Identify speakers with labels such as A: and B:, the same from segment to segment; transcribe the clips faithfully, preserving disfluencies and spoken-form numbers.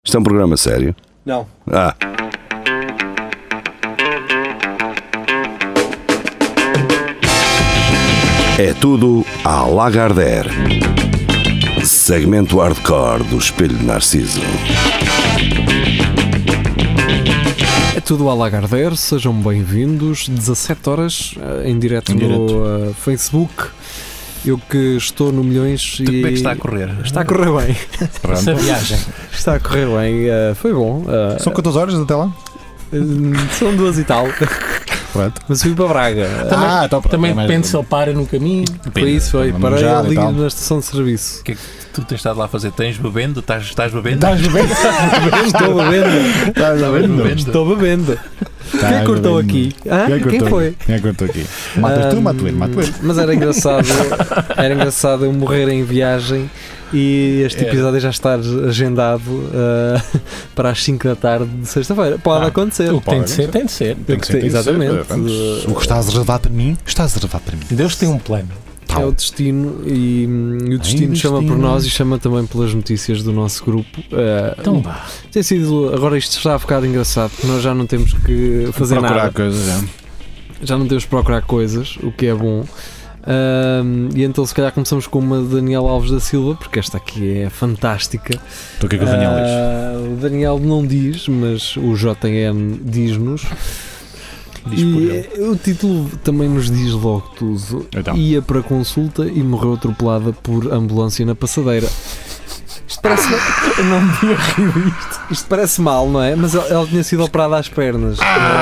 A: Isto é um programa sério?
B: Não.
A: Ah. É tudo à Lagardère. Segmento hardcore do Espelho de Narciso.
C: É tudo à Lagardère, sejam bem-vindos. dezassete horas em direto
D: Em
C: no
D: direto.
C: uh, Facebook. Eu que estou no Milhões e...
D: Como é que está a correr?
C: Está a correr bem.
D: Essa viagem.
C: Está a correr bem. Uh, foi bom. Uh,
E: São quantas horas até lá?
C: uh, são duas e tal.
E: Pronto.
C: Mas fui para Braga.
D: Também,
E: Ah, então, pronto,
D: também
E: é mais-
D: depende se ele para no caminho.
C: Foi isso, foi.
E: Vamos
C: Parei
E: já,
C: ali
E: e tal.
C: na estação de serviço.
D: O que é que tu tens estado lá a fazer? Tens bebendo? Estás, estás bebendo?
E: Estás bebendo?
C: Estou bebendo.
E: Estás bebendo?
C: Estou bebendo. Quem cortou aqui? Ah,
E: Quem
C: quem
E: cortou?
C: foi?
E: Quem cortou aqui? Matas tu,
C: Ahm,
E: mato ele, mato ele.
C: Mas era engraçado, era engraçado eu morrer em viagem e este
D: Era.
C: episódio já estar agendado uh, para as cinco da tarde de sexta-feira. Pode
D: Ah,
C: acontecer.
D: O que tem de ser, tem de ser.
E: Tem que ser, tem que ser,
C: Exatamente.
E: portanto, O que estás reservado para mim, estás reservado para mim.
D: Deus tem um plano.
C: É o destino e, hum, e o destino
E: Ai,
C: chama
E: destino.
C: por nós e chama também pelas notícias do nosso grupo. Uh,
D: Então vá.
C: tem sido, agora isto está a ficar engraçado porque nós já não temos que fazer
E: Procurar
C: nada.
E: coisas, já.
C: Já não temos que procurar coisas, o que é bom. Ahm, e então se calhar começamos com uma de Daniel Alves da Silva, porque esta aqui é fantástica.
E: Então o que é que o Daniel diz?
C: Ah, o Daniel não diz, mas o J N diz-nos.
D: Diz por
C: E
D: ele.
C: eh, o título também nos diz logo tudo.
E: Então.
C: Ia para consulta e morreu atropelada por ambulância na passadeira. Isto parece. Eu não me tinha rido isto. Isto parece mal, não é? Mas ela, ela tinha sido operada às pernas.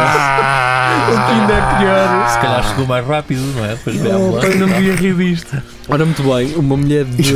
E: Ah!
C: O que ainda é pior.
D: Se calhar chegou mais rápido, não é? Depois vê a
C: Oh,
D: ambulância.
C: pai, não me tinha rido isto. Ora, muito bem, uma mulher de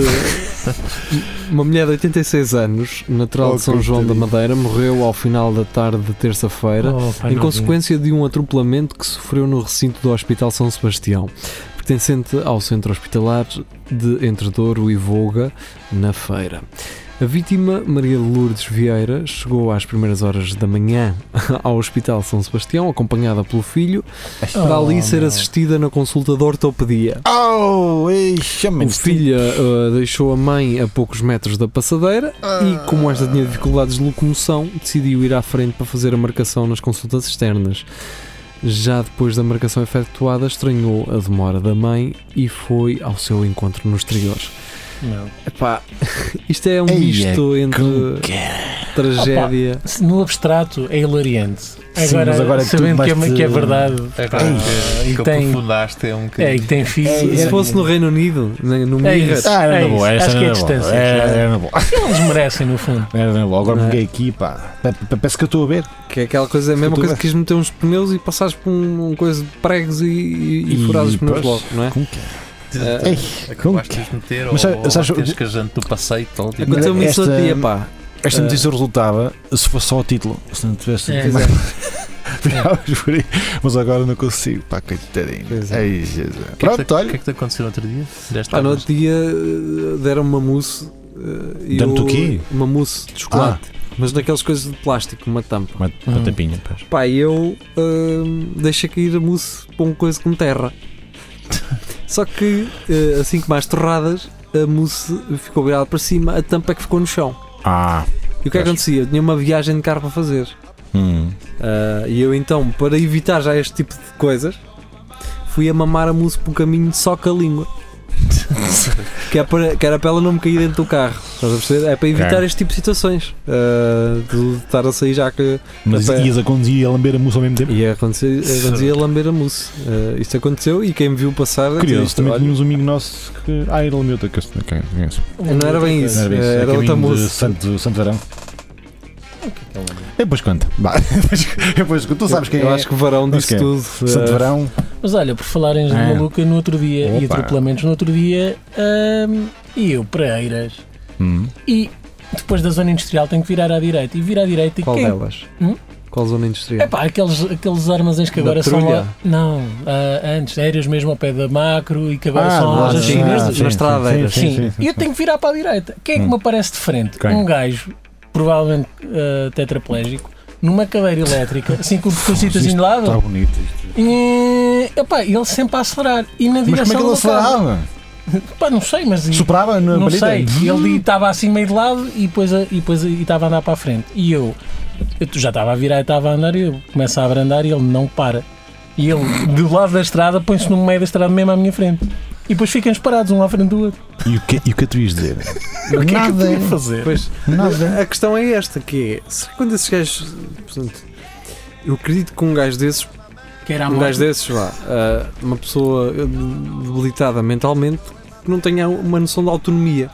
C: uma mulher de oitenta e seis anos, natural
E: Oh,
C: de São João da
E: coitadinho.
C: Madeira, morreu ao final da tarde de terça-feira
D: Oh, pai,
C: em
D: não
C: consequência de um atropelamento que sofreu no recinto do Hospital São Sebastião, pertencente ao centro hospitalar de Entre Douro e Voga, na Feira. A vítima, Maria de Lourdes Vieira, chegou às primeiras horas da manhã ao Hospital São Sebastião, acompanhada pelo filho, para ali ser
D: meu.
C: assistida na consulta de ortopedia.
E: Oh, ei,
C: O
E: chama-me.
C: filho uh, deixou a mãe a poucos metros da passadeira e, como esta tinha dificuldades de locomoção, decidiu ir à frente para fazer a marcação nas consultas externas. Já depois da marcação efetuada, estranhou a demora da mãe e foi ao seu encontro no exterior.
D: Não.
C: Epá, isto é um
E: Ei,
C: misto entre tragédia.
D: Se no abstrato é hilariante.
E: Sim,
D: Agora,
E: mas agora é
D: sabendo
E: tudo
D: que é,
E: mais
D: que é
E: de-
D: verdade.
F: É
D: pá,
F: claro
D: e
F: que, que
D: tem,
F: aprofundaste é um bocadinho.
D: é, e tem filhos.
E: É,
C: Se fosse no Reino Unido, né, no
D: É
C: Mirror,
D: isso.
E: Ah, era
D: É
E: na
D: isso.
E: boa, essa
D: Acho que é
E: era na boa.
D: distância.
E: Era era na boa.
D: Eles merecem, no fundo.
E: Era na boa. Agora
C: Não é?
E: peguei aqui, pá. Pa- pa- Parece que eu estou a ver.
C: que é aquela coisa, é a mesma
E: Tu
C: coisa
E: vais-
C: que quis meter uns pneus e passares por um, um coisa de pregos e, e, e furares os pneus
E: pois,
C: logo, não é?
E: como que é?
C: Ah,
E: Ei, como
F: Acabaste
E: que
F: de meter
E: Mas
F: ou,
E: sabe-
F: ou
E: sabes-
F: tens que a gente do passeio e tal. Tipo,
C: Aconteceu-me isso
E: Esta-
C: outro dia, pá.
E: Esta
C: Ah.
E: notícia resultava se fosse só o título. Se não tivesse.
D: É,
E: mais- Ficávamos por aí. Mas agora não consigo. Pá, coitadinho.
C: Pois é.
E: Ei, Jesus.
F: O que, é que,
E: Pronto,
F: te- o
E: olha.
F: que é que te aconteceu no outro dia? Deste
C: Pá, no outro dia eh, deram-me uma mousse. eh, e
E: Dão-te
C: eu-
E: o quê?
C: Uma mousse de chocolate. Mas daquelas coisas de plástico, uma tampa.
E: Uma, uma
D: Hum.
E: tapinha, pois.
C: Pá, e eu eh, deixei cair a mousse para uma coisa como terra. Só que, eh, assim que mais torradas, a mousse ficou virada para cima, a tampa é que ficou no chão.
E: Ah.
C: E o que é que acontecia? Eu tinha uma viagem de carro para fazer.
E: Hum.
C: Ah, e eu então, para evitar já este tipo de coisas, fui a mamar a mousse pelo caminho só com a língua. que, é para, que era para ela não me cair dentro do carro. Estás a perceber? É para evitar
E: Ok.
C: este tipo de situações. ah, de estar a sair já que.
E: Mas
C: Epá.
E: ias a conduzir e a lamber a mousse ao mesmo tempo?
C: Ia acontecer, acontecia a lamber a mousse. Ah, isto aconteceu e quem me viu passar.
E: Curioso,
C: disse,
E: também
C: olha,
E: tínhamos um amigo nosso que. Ah, ele lambeu-te a castanha. Quem conheço?
C: não era bem isso,
E: Não era bem isso.
C: era
E: a
C: outra
E: caminho de
C: mousse.
E: Santo, Santo Varão. Depois conta. Bah, depois, depois, tu sabes quem
C: eu
E: é.
C: acho que o Varão
E: Mas
C: disse
E: quem é?
C: tudo.
E: Santo
C: Ah,
E: Varão.
D: Mas olha, por falarem de
E: É.
D: maluca no outro dia e
E: Opa.
D: atropelamentos no outro dia, hum, e eu para Eiras
E: Hum.
D: e depois da zona industrial tenho que virar à direita e virar à direita e
C: qual
D: quem?
C: delas?
D: Hum?
C: Qual zona industrial?
D: É pá, aqueles, aqueles armazéns que
C: Da
D: agora são
C: Petrulha?
D: lá. Não, ah, antes, Eiras mesmo ao pé da Macro e que agora
E: Ah,
D: são
E: lá,
D: lojas
C: sim,
D: chinesas.
C: sim, na Estrada
E: sim,
C: Eiras.
E: sim,
D: Sim,
E: sim, sim,
D: e eu
E: sim.
D: tenho que virar para a direita. Quem é que
E: Hum.
D: me aparece de frente?
E: Quem?
D: Um gajo, provavelmente ah, tetraplégico, numa cadeira elétrica, assim com o percursitozinho de lado.
E: Está bonito isto.
D: E, epá, ele sempre a acelerar. E na
E: Mas como é
D: direção
E: que ele
D: do carro.
E: acelerava?
D: Pá, não sei, mas
E: Superava na
D: não
E: balita?
D: sei. Ele estava assim meio de lado e depois e depois estava a andar para a frente. E eu, eu já estava a virar e estava a andar e eu começo a abrandar e ele não para. E ele, do lado da estrada, põe-se no meio da estrada mesmo à minha frente. E depois ficamos parados um à frente do outro.
E: E o que, e o que tu ias dizer?
D: O que é que eu
E: Nada.
D: tinha a fazer?
C: Pois,
E: Nada.
C: a questão é esta, que é, será que quando esses gajos, portanto, eu acredito que um gajo desses,
D: Que era a
C: um
D: moto.
C: gajo desses, vá, ah, uma pessoa eh, debilitada mentalmente, que não tenha uma noção de autonomia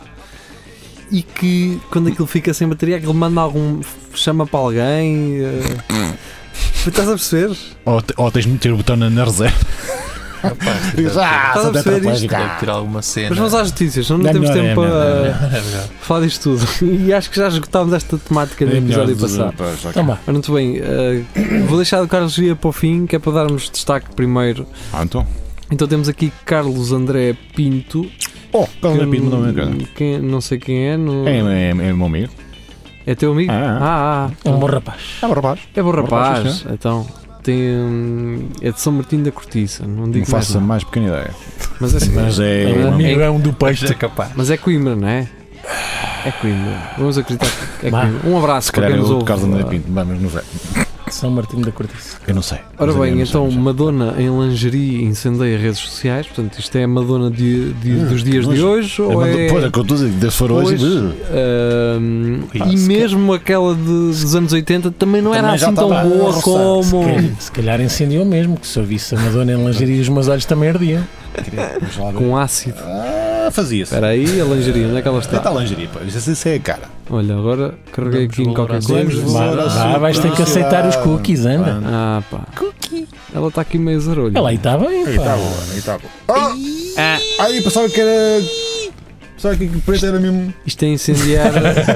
C: e que quando aquilo fica sem bateria, aquilo manda algum, chama para alguém, eh, estás a perceber?
E: Ou, te- ou tens de meter o botão na, na reserva.
F: Rapaz,
E: Dizes,
F: deve,
E: ah,
C: Estás a
E: sou
C: perceber
E: tetraplégico.
F: deve tirar alguma cena.
C: Mas vamos às notícias, senão
E: É
C: não temos
E: melhor,
C: tempo
E: é melhor,
C: para
F: É melhor.
C: falar disto tudo. E acho que já esgotámos esta temática no
E: É melhor
C: episódio
E: dizer,
C: passado.
E: pois, ok.
D: Então vá.
C: Ora, muito bem, eh, vou deixar o Carlos Gia para o fim, que é para darmos destaque primeiro.
E: Ah, então.
C: Então temos aqui Carlos André Pinto.
E: Oh, Carlos
C: que
E: André Pinto, não é, cara?
C: quem- não sei quem é. No,
E: É, é, é meu amigo.
C: é teu amigo?
E: Ah,
C: Ah, ah,
D: É um bom rapaz.
E: É um rapaz.
C: é bom
E: bom rapaz,
C: rapaz. Então, tem, hum, é de São Martinho da Cortiça. Não
E: Não
C: digo mais
E: faço a
C: nada.
E: mais pequena ideia.
C: Mas é, assim,
E: Mas é.
D: O
E: um
D: amigo
E: amigo.
D: é um do
F: Mas
D: peito.
F: é capaz.
C: mas é Coimbra, não é? É Coimbra. Vamos acreditar que é
D: Vá.
C: Coimbra. Um abraço
E: Se
C: para
E: calhar
C: quem
E: é
C: nos
E: o
C: ouve.
E: Carlos André Pinto. Vamos, não sei.
D: São Martinho da Cortiça.
E: Eu não sei.
C: Ora
E: Mas eu
C: bem,
E: não sei,
C: então
E: não sei.
C: Madonna em lingerie incendeia redes sociais. Portanto, isto é a Madonna de, de- dos dias de
E: Mas-
C: hoje?
E: É
C: Ou
E: uma-
C: é.
E: Pois é, que eu estou a dizer, se for hoje.
C: Hoje,
E: uh,
C: Ahm,
F: Ah,
C: e
F: se
C: mesmo aquela de- dos anos oitenta também não era
E: Também já
C: assim tão
E: estava a
C: boa
E: roçar,
C: como.
D: Se calhar, se calhar incendiou mesmo, que se eu visse a Madonna em lingerie os meus olhos também ardiam.
E: vamos lá ver.
C: Com ácido.
E: Ah, fazia-se.
C: Espera aí, a lingerie, onde é que ela
E: Está
C: está?
E: a lingerie, pá. Isso, isso é a cara.
C: Olha, agora carreguei
F: Vamos
C: aqui em qualquer
F: valorar
C: coisa.
F: sempre.
D: Vá, vá, vais ter que aceitar os cookies, anda.
C: Ah, pá. Ela está aqui meio zarolho.
D: Ela aí está bem,
E: Aí está
D: pá.
E: boa, aí está boa. Ah! Aí pensava que era. Pensava que o preto era mesmo.
C: Isto é incendiar.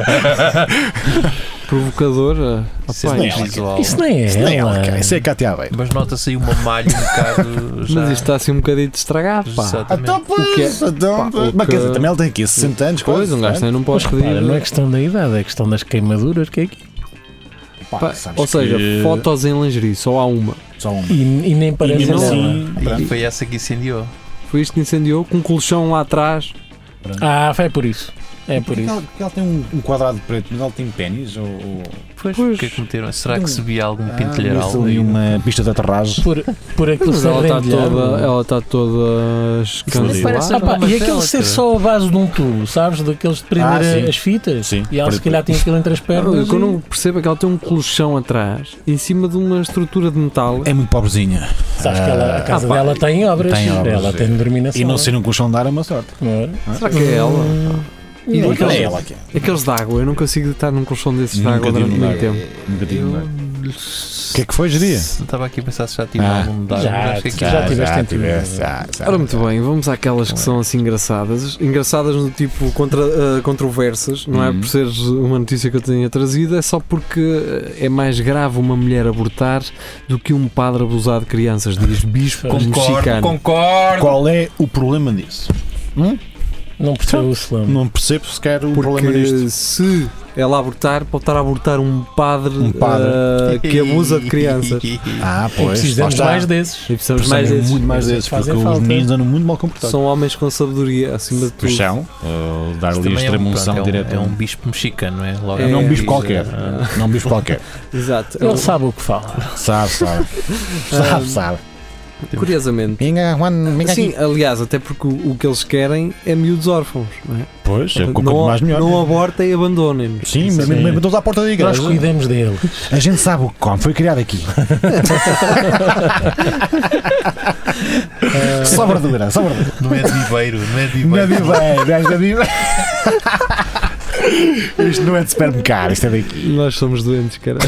C: Provocador. ah,
F: Isso é
C: pá,
F: muito
C: isto-
F: visual.
D: Isso nem é
E: Isso nem é ela,
D: ela.
E: cara. Isso é a Cátia Aveiro.
F: Mas nota-se aí uma malha um bocado. Já...
C: Mas isto está assim um bocadito estragado, pá.
F: Exatamente.
E: Então,
C: O que é-
E: pois, então.
C: pá, o
E: Mas quer
C: que-
E: dizer, também ele tem aqui sessenta anos,
C: Pois,
E: quase,
C: um gajo
E: não é?
C: também não
D: Mas
C: pode
D: repara,
C: pedir.
D: não é questão da idade, é questão das queimaduras que é aqui.
E: Pá,
C: Pá,
E: sabes
C: ou seja,
E: que-
C: fotos em lingerie, só há uma.
E: Só um.
D: E, e nem parece
E: E mesmo
D: nela.
E: assim,
F: E
E: pronto.
F: foi essa que incendiou.
C: Foi isto que incendiou, com um colchão lá atrás.
D: Ah, foi por isso. É por
E: Porque
D: isso.
E: ela, porque ela tem um, um quadrado preto, mas ela tem pênis ou. ou...
F: Pois,
C: Pois.
F: o que é que meteram? Será que
E: Então-
F: se via algum
E: Ah,
F: pintelheiral
E: isso ali,
F: ali?
E: uma pista de aterragem.
D: Por, por aquilo
C: Mas
D: ser
C: ela está
D: rentilhado.
C: toda, ela está toda
F: parece
C: escancelada.
D: Ah, pá,
F: Uma
D: e aquele
F: tela,
D: ser
F: cara.
D: só a base de um tubo, sabes? Daqueles de prender
E: Ah, sim.
D: as fitas.
E: Sim.
D: E ela se
E: Para-
D: calhar tem aquilo entre as pernas.
C: O que eu
D: e-
C: não percebo é que ela tem um colchão atrás, em cima de uma estrutura de metal.
E: É muito pobrezinha.
D: Sabes que ela, a casa
C: Ah, pá,
D: dela tem obras.
E: tem obras,
D: Ela
E: é.
D: tem de dormir na
E: E
D: sala.
E: não ser um colchão de ar é uma sorte.
D: Não é?
C: Será que é ela? E
D: Não,
C: daqueles-
E: é ela que é.
C: Aqueles de água, eu não consigo estar num colchão desses de
E: Nunca
C: água
E: tive
C: durante
E: num
C: muito
E: de água.
C: tempo.
E: Nunca tive nada.
F: Eu...
E: O que é que foi, Geria?
F: Estava aqui a pensar se já tive
E: Ah.
F: algum dado.
D: Já,
F: mas acho que aqui
D: já
F: já
D: tiveste em tudo.
E: tiveste, já, já.
C: Ora, muito bem, vamos àquelas que são assim engraçadas. Engraçadas no tipo contra, ah, controversas, não é
E: Uhum.
C: por ser uma notícia que eu tenha trazido, é só porque é mais grave uma mulher abortar do que um padre abusar de crianças, diz bispo mexicano.
F: concordo.
E: Qual é o problema disso? Hum?
D: Não percebo o slam.
E: Não percebo sequer o problema
C: Porque
E: disto.
C: se ela abortar, pode estar a abortar um padre,
E: Um padre.
C: ah, que abusa de crianças.
E: Ah,
D: E
E: pois.
D: precisamos
E: lá está.
D: mais desses.
C: E precisamos
E: Precisamos
C: mais desses.
E: muito mais
D: Esses
E: desses,
D: fazem
E: porque os
D: falta.
E: meninos andam muito mal comportados.
C: São homens com sabedoria, acima de tudo.
E: Pois são. Uh, dar ali a
F: Também é um,
E: extrema-unção
F: pronto, é um,
E: direta.
F: é um bispo mexicano, não é? Logo
C: É,
E: Não um
F: à
E: bispo
F: partida.
E: qualquer.
F: Ah.
E: Não um bispo qualquer.
C: Exato.
D: Ele sabe o que fala.
E: Sabe, sabe. sabe, sabe.
C: Curiosamente.
E: Minha, Juan, minha
C: Sim, aliás, até porque o, o que eles querem é miúdos órfãos, não é?
E: Pois, é, quanto
C: não,
E: mais melhor.
C: não abortem e abandonem-nos.
E: Sim,
D: Sim.
E: mas mesmo todos à porta da
D: Nós
E: igreja.
D: cuidamos dele.
E: A gente sabe o que come, foi criado aqui. Só verdura, só verdura.
F: Não é de viveiro, não é de
E: Não é
F: viveiro.
E: de bem, não é de bem. Isto não é de supermercado, isto é daqui.
C: Nós somos doentes, caralho.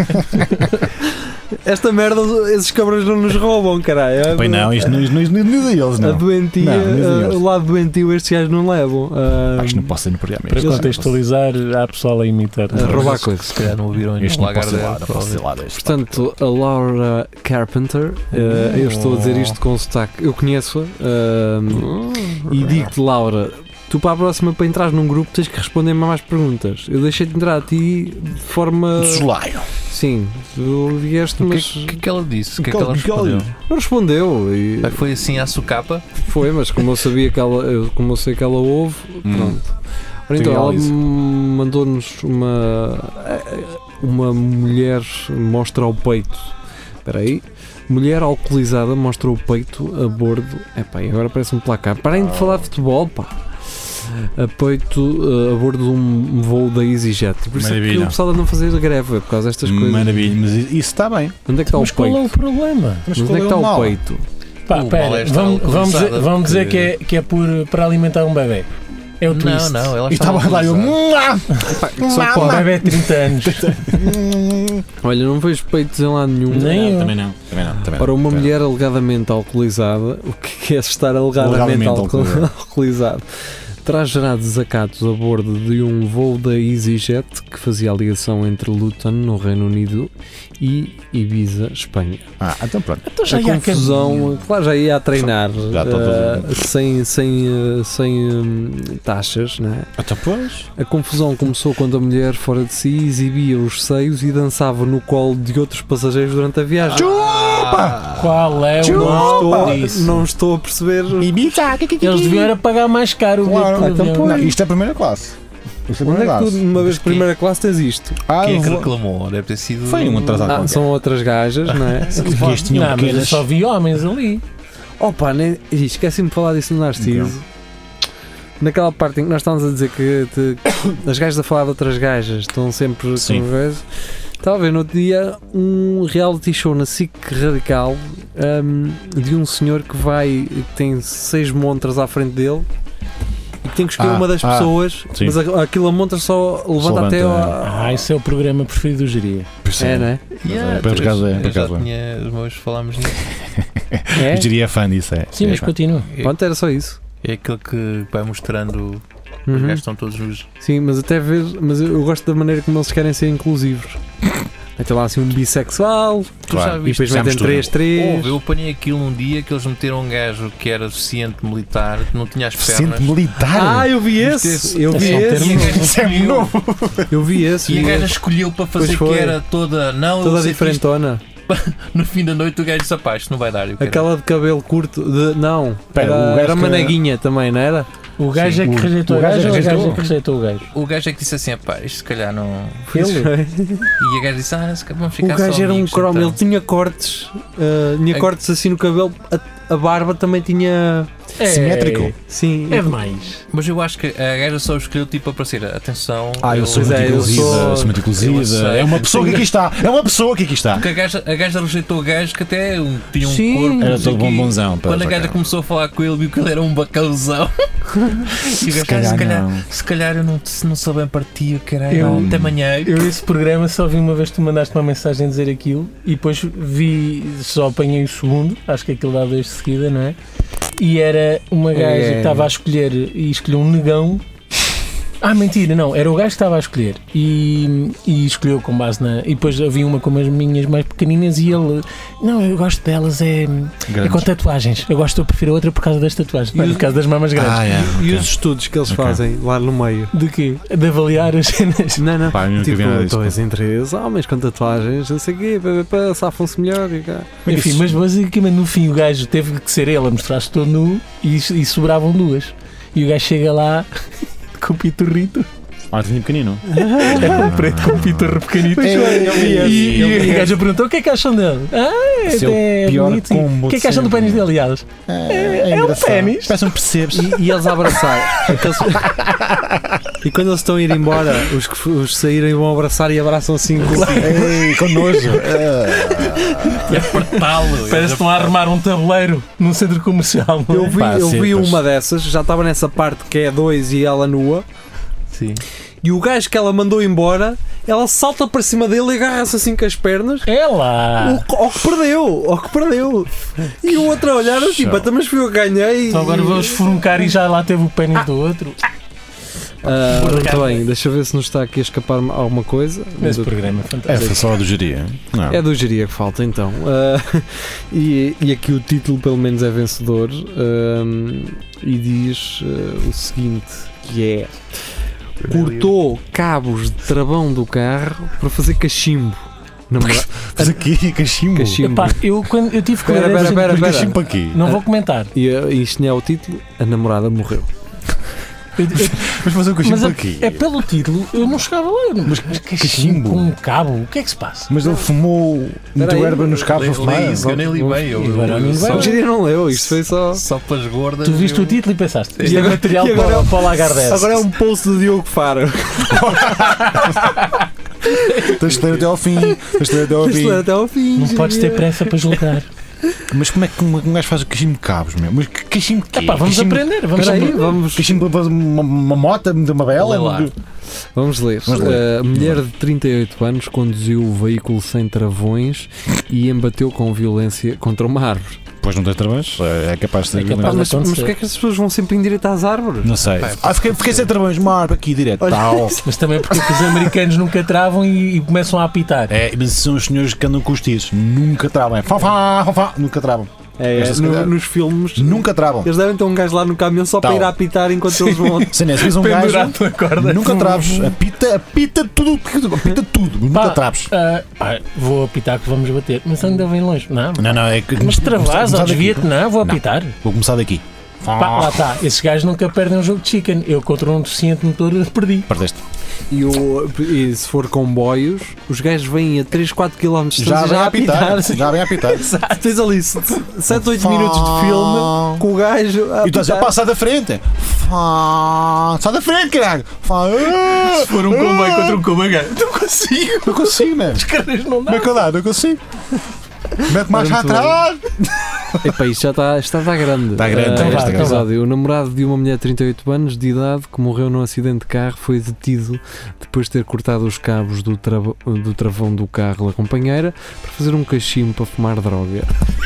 C: Esta merda, esses cabrões não nos roubam, caralho.
E: Pois não, isto não isto não isto não é deles,
C: A
E: não.
C: doentia,
E: Não, não é
C: uh,
E: deles.
C: o lado doentio estes gajos não levam. Uh,
E: Acho que não posso ser no programa.
D: Para
E: Isto-
D: contextualizar, há pessoal a imitar.
C: A roubar
F: Se-
C: coisas.
F: Se calhar não ouviram
E: Isto
F: no
E: não posso ser lá,
F: Lagardère.
E: não posso ser lá deste.
C: Portanto, a Laura Carpenter, uh, eu estou a dizer isto com sotaque, eu conheço-a uh, e digo-te, Laura, tu para a próxima, para entrar num grupo, tens que responder-me a mais perguntas. Eu deixei-te entrar a ti de forma
E: Solaio.
C: sim, tu vieste,
F: O que,
C: mas
F: que, que ela disse? O que é
E: que
F: que ela
E: ela- que ela
F: respondeu?
E: disse?
C: não respondeu. E
F: Ah, Foi assim à socapa?
C: foi, mas como eu sabia que ela, eu- como eu sei que ela ouve,
E: Hum.
C: pronto. Ora,
E: Sim,
C: então,
E: ela
C: ela
E: disse.
C: m- mandou-nos uma uma mulher mostra o peito. Espera aí. Mulher alcoolizada mostra o peito a bordo. Epá, e agora parece um placar. Parem de falar de futebol, pá. A peito uh, a bordo de um voo da EasyJet. Por isso é que
E: Maravilha.
C: o pessoal anda a fazer greve por causa destas coisas.
E: Maravilha, mas isso está bem.
C: Onde é que está
D: Mas
C: o
D: qual é
C: peito?
D: o problema?
C: Mas onde é que está o peito?
D: Pá,
F: O
D: pera,
F: mal é estar
D: vamos, vamos,
F: alcoolizada
D: dizer, vamos dizer que é, que é por, para alimentar um bebê. É o twist.
F: Não, não, ela
E: E
F: estava
E: estava lá eu.
F: alcoolizada.
C: Só
D: Um
C: pode.
D: bebê de trinta anos.
C: Olha, não vejo peitos em lado nenhum.
D: Nem eu.
E: Também não. Também não. Também
C: Para
E: não.
C: uma
E: Também
C: mulher alegadamente alcoolizada, o que é estar alegadamente
E: Alegadamente
C: alco-
E: alcoolizado.
C: alcoolizado? Terá gerado desacatos a bordo de um voo da EasyJet que fazia a ligação entre Luton, no Reino Unido, e Ibiza, Espanha.
E: não. Ah, então pronto.
D: Então já
C: A
D: ia a
C: confusão, claro, já ia a treinar,
E: Já está
C: eh,
E: tudo-
C: sem, sem, eh, sem hum, taxas, né?
E: Então pois.
C: A confusão começou quando a mulher, fora de si, exibia os seios e dançava no colo de outros passageiros durante a viagem.
E: Chupa!
D: Qual é o
C: Não
D: mal
C: estou,
D: disso?
C: não estou a perceber.
E: Ibiza!
D: Eles deviam era pagar mais caro o
E: Claro,
D: bilhete de
C: então,
D: avião.
E: Não, isto é a primeira classe. Isto é a
C: Onde
E: primeira
C: é que tu,
E: classe.
C: uma vez
F: Mas
C: de primeira classe, tens isto?
E: Ah,
F: Quem é que
E: vou-
F: reclamou? Deve ter sido.
E: Foi um atrasado
C: Ah,
E: qualquer.
C: são outras gajas, não é?
E: Que este tinham
D: Não, mas eu
E: pequenas.
D: só vi homens ali.
C: Opa, nem, ih, esqueci-me de falar disso no Narciso. Naquela parte em que nós estávamos a dizer que te- as gajas a falar de outras gajas estão sempre
E: Sim.
C: com coisa. Estava a ver no outro dia um reality show na S I C Radical hum, de um senhor que vai, que tem seis montras à frente dele e que tem que escolher
E: Ah,
C: uma das
E: ah,
C: pessoas,
E: sim.
C: mas a- aquilo a montra só levanta
E: levanta,
C: até
E: é.
C: ao.
D: Ah, esse é o programa preferido do Geria.
C: É, não é?
F: Yeah,
E: Por acaso é,
F: eu
E: por
F: já
E: acaso é.
F: tinha, os meus falámos nisso.
C: É?
E: Eu diria fã disso, é.
D: Sim,
E: É
D: mas
E: fã.
D: continua.
C: Pronto, era só isso.
F: É aquele que vai mostrando. Os
C: Uhum.
F: gajos estão todos nos.
C: Sim, mas até ver, mas eu, eu gosto da maneira como eles querem ser inclusivos. Vai ter lá assim um bissexual
F: Tu
E: Claro.
F: já
C: e
F: viste?
C: depois
E: já
C: metem
E: mistura.
C: três, três.
F: Houve, eu apanhei aquilo num dia que eles meteram um gajo que era deficiente militar, que não tinha as pernas.
E: Centro militar?
C: Ah, eu vi
F: Viste
C: esse,
F: esse?
C: eu
D: É
C: vi
D: só um
C: esse,
F: E a gaja
E: Isso é
F: escolheu,
E: novo.
C: eu vi esse,
F: e a
C: vi
F: gaja
C: esse.
F: escolheu para fazer
C: Pois
F: que
C: foi.
F: era toda. Não, eu
C: Toda
F: sei que isto-
C: diferentona.
F: No fim da noite o gajo disse: "Pá, isto não vai dar. Eu quero."
C: Aquela de cabelo curto, de, não,
E: Pera, o
C: era,
E: gajo
C: era uma
E: que-
C: neguinha também, não era?
D: O gajo
F: Sim.
D: é que
E: O-
D: rejeitou
E: o
D: o gajo,
E: gajo
D: ou o gajo
E: rejeitou?
D: é que rejeitou o gajo?
F: O gajo é que disse assim: "Pá, isto se calhar não."
C: Pois
D: Ele?
C: foi.
F: E a gaja disse: "Ah, se calhar vamos
C: O
F: ficar
C: gajo
F: só
C: era um
F: amigos,
C: cromo,
F: então."
C: ele tinha cortes, uh, tinha
F: É-
C: cortes assim no cabelo, a, a barba também tinha.
D: É,
E: Simétrico.
C: Sim,
D: É demais.
F: Mas eu acho que a gaja só escolheu tipo para parecer: "Atenção."
E: Ah, eu sou
C: Pois
E: muito
C: é, eu
E: inclusiva,
C: sou-
E: sou muito
F: eu
E: inclusiva.
F: sei.
E: É uma pessoa que aqui está. É uma pessoa que aqui está.
F: Porque a gaja, a gaja rejeitou o gajo que até um- tinha um
C: Sim.
F: corpo.
E: Era
F: não sei
E: todo
F: o quê.
E: bombonzão.
F: Quando a gaja começou a falar com ele, viu que ele era um bacãozão. E o gajo,
E: Se
F: "Ah, se
E: calhar
F: calhar,
E: não.
F: se calhar eu não, se não sou bem para ti, caralho.
D: Eu-
F: Até amanhã.
D: Eu esse programa só vi uma vez que tu mandaste uma mensagem a dizer aquilo e depois vi, só apanhei o segundo, acho que aquilo dá dois de seguida, não é? E era uma gaja
C: É.
D: que estava a escolher e escolheu um negão. Ah, mentira, não, era o gajo que estava a escolher e, e escolheu com base na. E depois havia uma com as minhas mais pequeninas e ele. Não, eu gosto delas, é, é com tatuagens. Eu gosto, eu prefiro a outra por causa das tatuagens, não, por causa das mamas grandes.
E: Ah, é.
C: E
E: ok.
C: os estudos que eles
E: Ok.
C: fazem lá no meio?
D: De quê? De avaliar as cenas.
C: Não, não.
E: Pá, eu nunca
C: Tipo,
E: vi nada disso.
C: dois em três homens com tatuagens, não sei o quê, pá, pá, safam-se melhor. E cá.
D: Enfim,
E: Isso-
D: mas basicamente no fim o gajo teve que ser ele a mostrar-se todo nu e, e sobravam duas. E o gajo chega lá com o pitorrito.
E: Ah, tinha pequenino.
D: Era um preto com um pitorro pequenito.
E: É, eu vi
D: E,
E: esse,
D: e,
E: eu vi
D: e o
E: esse.
D: gajo perguntou: o que é que acham dele? Ah,
E: Esse é o
D: é
E: pior
D: bonito. sim.
E: combo
D: O que é
E: de
D: que acham do
E: sempre.
D: pênis dele? E elas?
E: É,
D: É um
E: engraçado.
D: pênis.
E: Parece um percebes.
C: E, e eles a abraçar. Aqueles- e quando eles estão a ir embora, os que os saírem vão abraçar e abraçam assim.
E: Ei, com nojo.
F: E apertá-lo.
D: Parece que estão a armar um tabuleiro num centro comercial. não é?
C: Eu vi,
E: Pá,
C: eu vi
E: cepas.
C: uma dessas, já estava nessa parte que é dois e ela nua.
F: Sim.
C: E o gajo que ela mandou embora, ela salta para cima dele e agarra-se assim com as pernas.
D: É lá.
C: O, ao que perdeu, ao que perdeu. E o outro a olhar, tipo,
E: Show.
C: "Então, mas fui eu que ganhei.
D: Então agora vamos furuncar e já lá teve o pênis do outro.
C: Ah, muito bem, deixa eu ver se nos está aqui a escapar alguma coisa.
D: Esse programa é
E: É,
D: fantástico.
E: foi só do geria. Não.
C: É do Geria que falta então. Ah, e, e aqui o título pelo menos é vencedor. ahm, e diz ah, o seguinte, que é: cortou cabos de travão do carro para fazer cachimbo. Namora...
E: Mas aqui, cachimbo.
C: Cachimbo.
D: Epá, eu, quando, eu tive que
C: Pera,
D: ler
C: pera,
D: essa-
C: pera,
E: Mas
C: pera.
E: cachimbo aqui.
D: Não vou comentar.
C: E uh, isto não é o título, a namorada morreu.
D: Eu- eu-
E: Mas fazer o cachimbo
D: mas é,
E: aqui.
D: é pelo título, eu não chegava lá. Mas
E: cachimbo?
D: com um cabo, o que é que se passa?
E: Mas ele fumou muito
C: aí.
E: erva nos cabos a fumar.
F: Li isso, eu nem li bem. eu-
D: E agora
F: eu-
D: não
F: só-
D: vai.
C: O Giri não leu, isto foi só.
F: Só para as gordas.
D: Tu viste
F: eu-
D: o título e pensaste,
C: E
D: isto é
C: agora-
D: material
C: e agora
D: para,
C: é um-
D: para o Lagardère.
C: Agora é um post do Diogo Faro.
E: Tens de ler até ao fim. Tens de ler até ao
C: Isto é
E: fim.
C: até ao fim.
D: Não podes ter pressa para julgar.
E: Mas como é que um um gajo faz o cachimbo de cabos, meu? Mas que cachimbo de quê?
D: Epá, vamos
E: Cachimbo-
D: aprender, vamos
C: Espera aí,
D: aprender.
C: vamos,
E: Cachimbo para uma, uma mota, de uma bela?
F: Lê lá.
C: vamos ler.
E: Vamos ler.
C: A mulher de trinta e oito anos conduziu o veículo sem travões e embateu com violência contra uma árvore.
E: Depois não tens travões? É capaz de ser.
D: É capaz
C: Ah,
D: Pode
C: mas, mas
D: acontecer.
C: porquê é que as pessoas vão sempre em direito às árvores?
E: Não sei.
F: Pá,
E: Ah, fiquei, fiquei sem travões, uma árvore aqui direto.
C: Olha,
E: Tal.
D: Mas também porque os americanos nunca travam e, e começam a apitar.
E: É, mas são os senhores que andam com os tiros. Nunca travam. É fá, fá, fá, fá. Nunca travam.
C: É,
E: Esta se
C: no-
E: calhar-
C: nos filmes.
E: Nunca travam.
C: Eles devem ter um gajo lá no caminhão só para
E: Tal.
C: ir a apitar enquanto eles vão.
E: Se não, se vês um gajo,
D: Pendurado na corda.
E: nunca traves. Apita, apita tudo. Apita tudo. Nunca
D: Pá,
E: traves.
D: ah, pá, vou apitar que vamos bater. Mas ainda vem longe. Não,
E: Não, não, é que.
D: mas travas
E: começar
D: ou
E: daqui.
D: desvia-te, não, vou
E: Não.
D: apitar.
E: Vou começar daqui.
D: Pá, lá está. Esses gajos nunca perdem um jogo de chicken. Eu contra um deficiente motor perdi.
E: Perdeste.
C: E, o- e se for comboios, os gajos vêm a três, quatro quilómetros de
E: Já
C: distância
E: vem a apitar.
C: sim.
E: Já vem a apitar.
C: Tens ali sete, oito minutos de filme com o gajo a
E: E tu dizes,
C: apitar.
E: pá, sai da frente. Fá, sai da frente, caralho. Fá, ah,
D: Se for um comboio contra um comboio, não consigo.
E: não consigo, mano.
D: Os caras não
E: Como é
D: dá.
E: que eu dá? Não consigo. Mete mais
C: Muito
E: atrás.
C: Epá, isto já está, está, está grande.
E: Está grande,
C: Ah,
E: está
C: este
D: grande.
C: episódio. O namorado de uma mulher de trinta e oito anos de idade que morreu num acidente de carro foi detido depois de ter cortado os cabos do, trava- do travão do carro da companheira para fazer um cachimbo para fumar droga.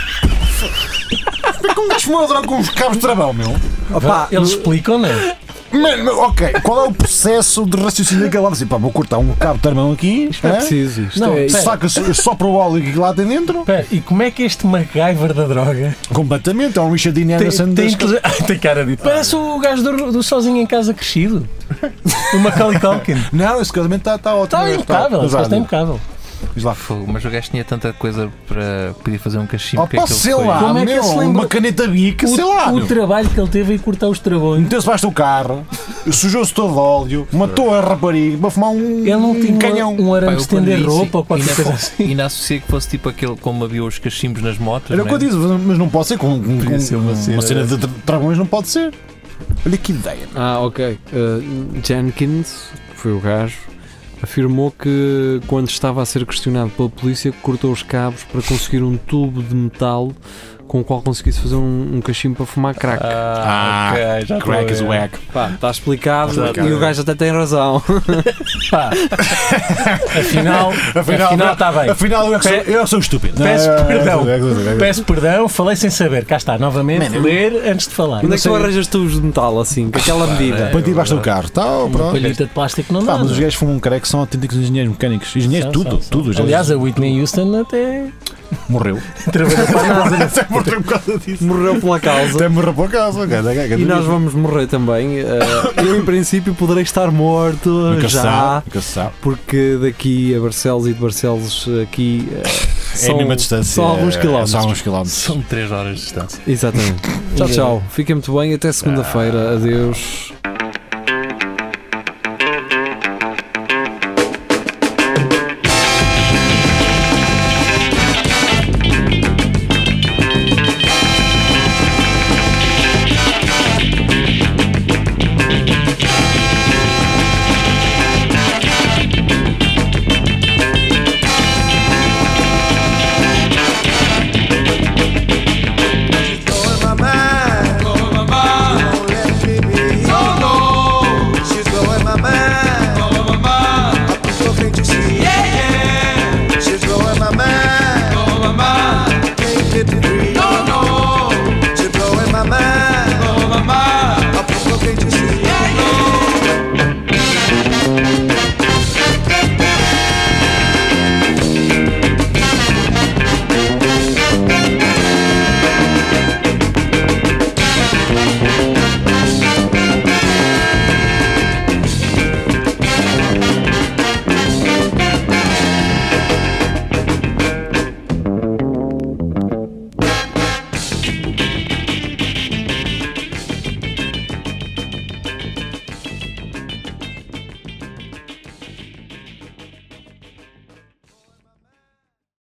E: Como é que fumou a droga com os cabos de travão, meu?
C: Opa,
D: Eles explicam, não é?
E: Mano, ok, qual é o processo de raciocínio que ele vai dizer? Pá, vou cortar um cabo de travão aqui.
C: não é
E: hã?
C: preciso isto.
D: Não,
C: é,
D: pera.
E: Saca só para o óleo que lá tem dentro?
D: Espera, e como é que este MacGyver da droga
E: Completamente, é um Richard Dean
D: tem,
E: Anderson.
D: tem,
E: das-
D: intelig- tem cara de. Parece o gajo do, do Sozinho em Casa Crescido. O Macaulay Culkin.
E: Não, esse casamento está tá ótimo.
D: Está impecável,
E: Está
D: está impecável.
E: Diz lá.
F: Fogo, mas o gajo tinha tanta coisa para poder fazer um cachimbo.
E: Oh,
F: que é
E: pá,
F: que ele
E: sei
F: foi?
E: lá,
D: Como é que
E: meu,
D: ele se lembra?
E: uma caneta bica, sei lá.
D: O,
E: meu.
D: o trabalho que ele teve em cortar os travões.
E: Meteu-se baixo do carro, sujou-se todo de óleo, matou a rapariga para fumar um,
D: Ele não tinha
E: um canhão.
D: um
F: Pá,
D: arame
F: eu
D: de estender
F: quando disse-
D: roupa ou qualquer
F: ainda
D: coisa
F: co-
D: assim.
F: Ainda associei que fosse tipo aquele como havia os cachimbos nas motos.
E: Era o que eu
F: né?
E: disse, mas não pode ser com, com,
F: Podia
E: com
F: ser uma
E: uma
F: cena
E: cena de tra- travões, não pode ser. Olha que ideia.
C: Ah, ok. Uh, Jenkins, que foi o gajo, afirmou que quando estava a ser questionado pela polícia cortou os cabos para conseguir um tubo de metal com o qual conseguisse fazer um, um cachimbo para fumar crack.
F: Ah, ok, já estou
E: Crack
F: a
E: is
F: ver.
E: whack.
C: Pá, está explicado
E: Está explicado.
C: e o gajo até tem razão.
D: Pá, afinal, afinal está bem.
E: Afinal, eu é que sou,
D: Pe-
E: eu sou estúpido.
D: peço
E: Não, é-
D: perdão.
E: é- é- é-
D: Peço perdão, falei sem saber. Cá está, novamente,
E: Man,
D: ler antes de falar.
C: Onde é que tu arranjas tubos de metal assim, com aquela medida?
E: Põe-te debaixo do carro, tá,
D: Uma
E: pronto.
D: palhita de plástico não
E: Pá,
D: dá.
E: mas os gajos fumam crack são autênticos engenheiros mecânicos. Engenheiros,
D: São,
E: tudo,
D: são, são.
E: tudo. já-
D: Aliás, a Whitney Houston até
E: morreu.
D: trabalhou para a NASA.
E: Morreu por causa disso.
C: Morreu pela causa.
E: Até morreu por causa.
C: E nós vamos morrer também. Uh, eu, em princípio, poderei estar morto
E: Nunca se
C: já,
E: sabe, nunca se sabe.
C: porque daqui a Barcelos e de Barcelos aqui uh,
E: É a
C: são,
E: mesma distância.
C: são alguns
E: é-
C: quilómetros.
E: São alguns quilómetros.
F: São três horas de distância.
C: Exatamente. Tchau, tchau. Fiquem muito bem. Até segunda-feira. Adeus.